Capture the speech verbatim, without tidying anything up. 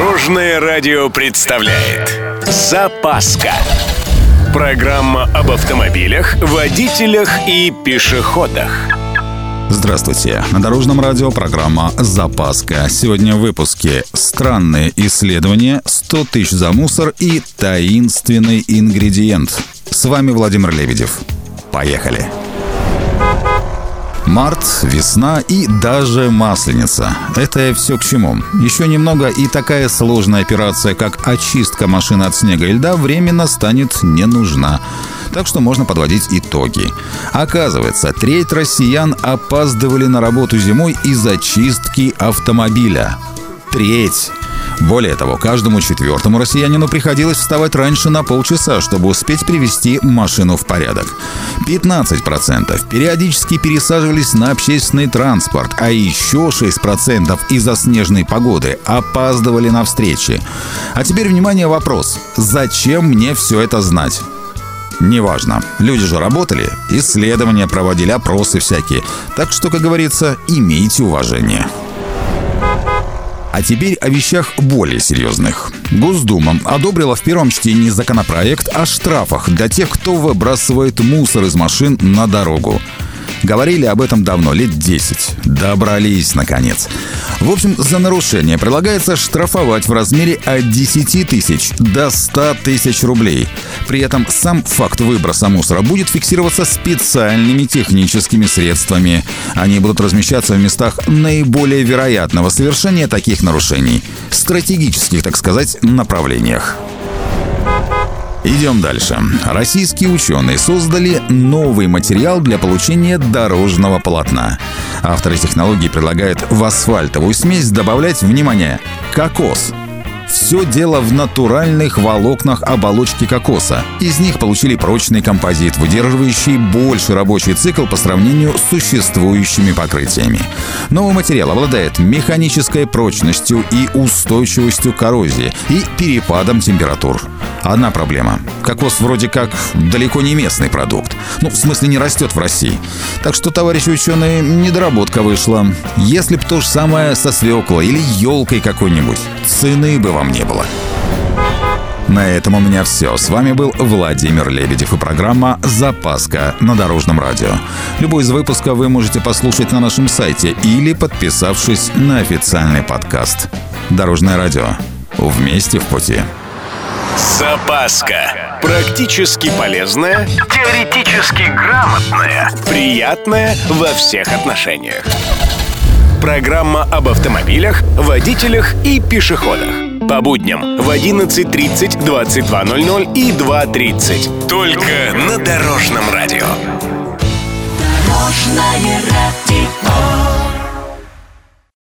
Дорожное радио представляет «Запаска». Программа об автомобилях, водителях и пешеходах. Здравствуйте. На Дорожном радио программа «Запаска». Сегодня в выпуске странные исследования, сто тысяч за мусор и таинственный ингредиент. С вами Владимир Лебедев. Поехали. Март, весна и даже Масленица. Это все к чему? Еще немного, и такая сложная операция, как очистка машины от снега и льда, временно станет не нужна. Так что можно подводить итоги. Оказывается, треть россиян опаздывали на работу зимой из-за чистки автомобиля. Треть! Более того, каждому четвертому россиянину приходилось вставать раньше на полчаса, чтобы успеть привести машину в порядок. пятнадцать процентов периодически пересаживались на общественный транспорт, а еще шесть процентов из-за снежной погоды опаздывали на встречи. А теперь, внимание, вопрос. Зачем мне все это знать? Неважно. Люди же работали, исследования проводили, опросы всякие. Так что, как говорится, имейте уважение. А теперь о вещах более серьезных. Госдума одобрила в первом чтении законопроект о штрафах для тех, кто выбрасывает мусор из машин на дорогу. Говорили об этом давно, лет десять. Добрались, наконец. В общем, за нарушение предлагается штрафовать в размере от десяти тысяч до ста тысяч рублей. При этом сам факт выброса мусора будет фиксироваться специальными техническими средствами. Они будут размещаться в местах наиболее вероятного совершения таких нарушений. Стратегических, так сказать, направлениях. Идем дальше. Российские ученые создали новый материал для получения дорожного полотна. Авторы технологии предлагают в асфальтовую смесь добавлять, внимание, кокос. Все дело в натуральных волокнах оболочки кокоса. Из них получили прочный композит, выдерживающий больший рабочий цикл по сравнению с существующими покрытиями. Новый материал обладает механической прочностью и устойчивостью к коррозии и перепадам температур. Одна проблема. Кокос вроде как далеко не местный продукт. Ну, в смысле, не растет в России. Так что, товарищи ученые, недоработка вышла. Если б то же самое со свеклой или елкой какой-нибудь, цены бы вам не было. На этом у меня все. С вами был Владимир Лебедев и программа «Запаска» на Дорожном радио. Любой из выпусков вы можете послушать на нашем сайте или подписавшись на официальный подкаст. Дорожное радио. Вместе в пути. Запаска. Практически полезная, теоретически грамотная, приятная во всех отношениях. Программа об автомобилях, водителях и пешеходах. По будням в одиннадцать тридцать, двадцать два ноль ноль и два тридцать. Только на Дорожном радио. Дорожное радио.